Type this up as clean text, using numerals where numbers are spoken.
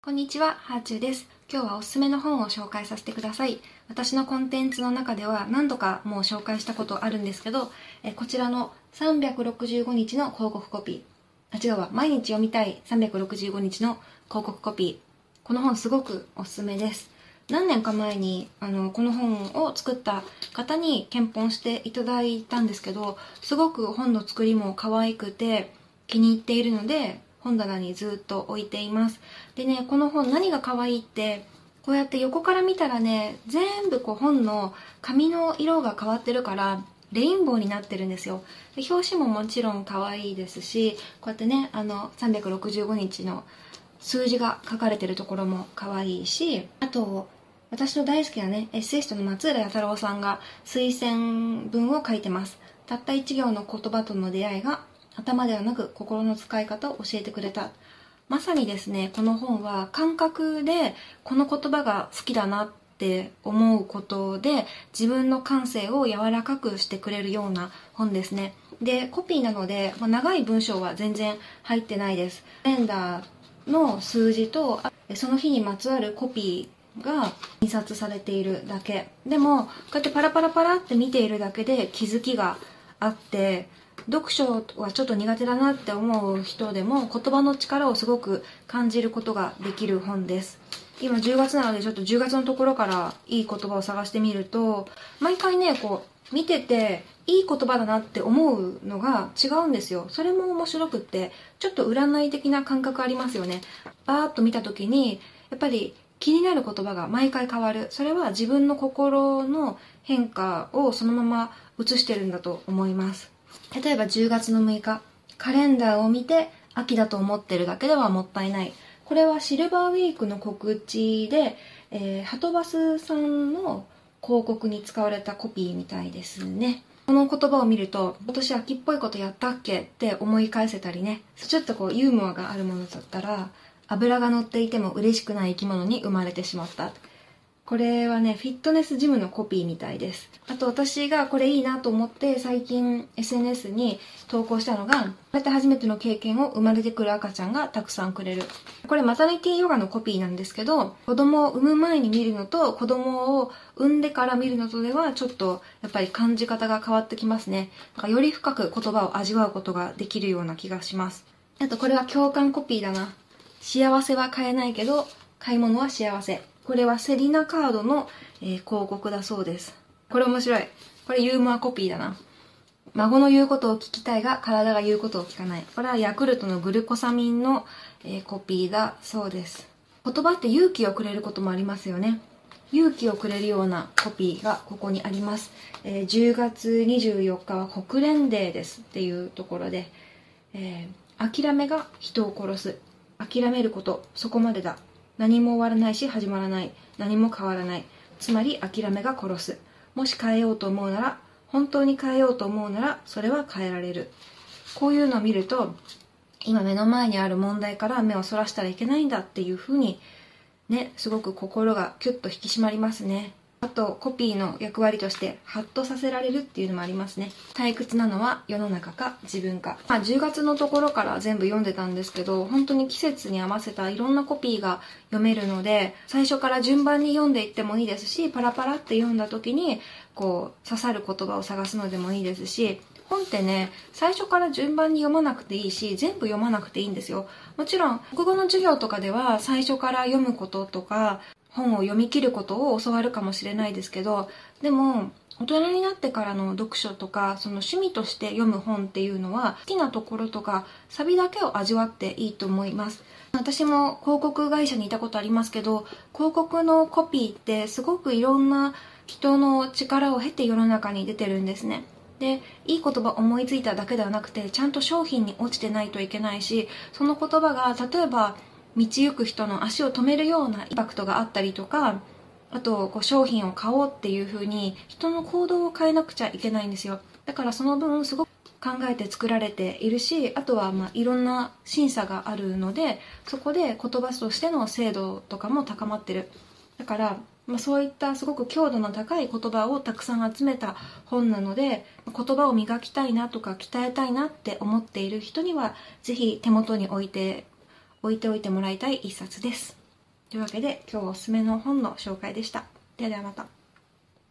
こんにちは、ハーチューです。今日はおすすめの本を紹介させてください。私のコンテンツの中では何度かもう紹介したことあるんですけど、こちらの365日の広告コピー。違うわ、毎日読みたい365日の広告コピー。この本すごくおすすめです。何年か前にこの本を作った方に検本していただいたんですけど、すごく本の作りも可愛くて気に入っているので、本棚にずっと置いています。でね、この本何が可愛いって、こうやって横から見たらね、全部こう本の紙の色が変わってるから、レインボーになってるんですよ。で表紙ももちろん可愛いですし、こうやってね、365日の数字が書かれてるところも可愛いし、あと、私の大好きなね、エッセイストの松浦弥太郎さんが推薦文を書いてます。たった一行の言葉との出会いが頭ではなく心の使い方を教えてくれた。まさにですね、この本は感覚でこの言葉が好きだなって思うことで自分の感性を柔らかくしてくれるような本ですね。で、コピーなので、長い文章は全然入ってないです。カレンダーの数字とその日にまつわるコピーが印刷されているだけ。でもこうやってパラパラパラって見ているだけで気づきがあって、読書はちょっと苦手だなって思う人でも言葉の力をすごく感じることができる本です。今10月なのでちょっと10月のところからいい言葉を探してみると、毎回ね、こう見てていい言葉だなって思うのが違うんですよ。それも面白くって、ちょっと占い的な感覚ありますよね。バーッと見た時にやっぱり気になる言葉が毎回変わる。それは自分の心の変化をそのまま映してるんだと思います。例えば10月の6日、カレンダーを見て秋だと思ってるだけではもったいない。これはシルバーウィークの告知で、はとバスさんの広告に使われたコピーみたいですね。この言葉を見ると、今年秋っぽいことやったっけって思い返せたりね、ちょっとこうユーモアがあるものだったら、脂が乗っていても嬉しくない生き物に生まれてしまった。これはね、フィットネスジムのコピーみたいです。あと私がこれいいなと思って最近 SNS に投稿したのが、生まれて初めての経験を生まれてくる赤ちゃんがたくさんくれる。これマタニティヨガのコピーなんですけど、子供を産む前に見るのと子供を産んでから見るのとではちょっとやっぱり感じ方が変わってきますね。だからより深く言葉を味わうことができるような気がします。あとこれは共感コピーだな。幸せは買えないけど買い物は幸せ。これはセリナカードの、広告だそうです。これ面白い。これユーモアコピーだな。孫の言うことを聞きたいが体が言うことを聞かない。これはヤクルトのグルコサミンの、コピーだそうです。言葉って勇気をくれることもありますよね。勇気をくれるようなコピーがここにあります。10月24日は国連デーですっていうところで、諦めが人を殺す。諦めること、そこまでだ。何も終わらないし始まらない。何も変わらない。つまり諦めが殺す。もし変えようと思うなら、本当に変えようと思うなら、それは変えられる。こういうのを見ると、今目の前にある問題から目をそらしたらいけないんだっていうふうに、ね、すごく心がキュッと引き締まりますね。あと、コピーの役割として、ハッとさせられるっていうのもありますね。退屈なのは世の中か自分か。10月のところから全部読んでたんですけど、本当に季節に合わせたいろんなコピーが読めるので、最初から順番に読んでいってもいいですし、パラパラって読んだ時に、こう、刺さる言葉を探すのでもいいですし、本ってね、最初から順番に読まなくていいし、全部読まなくていいんですよ。もちろん、国語の授業とかでは最初から読むこととか、本を読み切ることを教わるかもしれないですけど、でも大人になってからの読書とかその趣味として読む本っていうのは好きなところとかサビだけを味わっていいと思います。私も広告会社にいたことありますけど、広告のコピーってすごくいろんな人の力を経て世の中に出てるんですね。で、いい言葉思いついただけではなくて、ちゃんと商品に落ちてないといけないし、その言葉が例えば道行く人の足を止めるようなインパクトがあったりとか、あとこう商品を買おうっていう風に人の行動を変えなくちゃいけないんですよ。だからその分すごく考えて作られているし、あとはいろんな審査があるので、そこで言葉としての精度とかも高まってる。だからそういったすごく強度の高い言葉をたくさん集めた本なので、言葉を磨きたいなとか鍛えたいなって思っている人にはぜひ手元に置いておいてもらいたい一冊です。 というわけで今日はおすすめの本の紹介でした。ではではまた。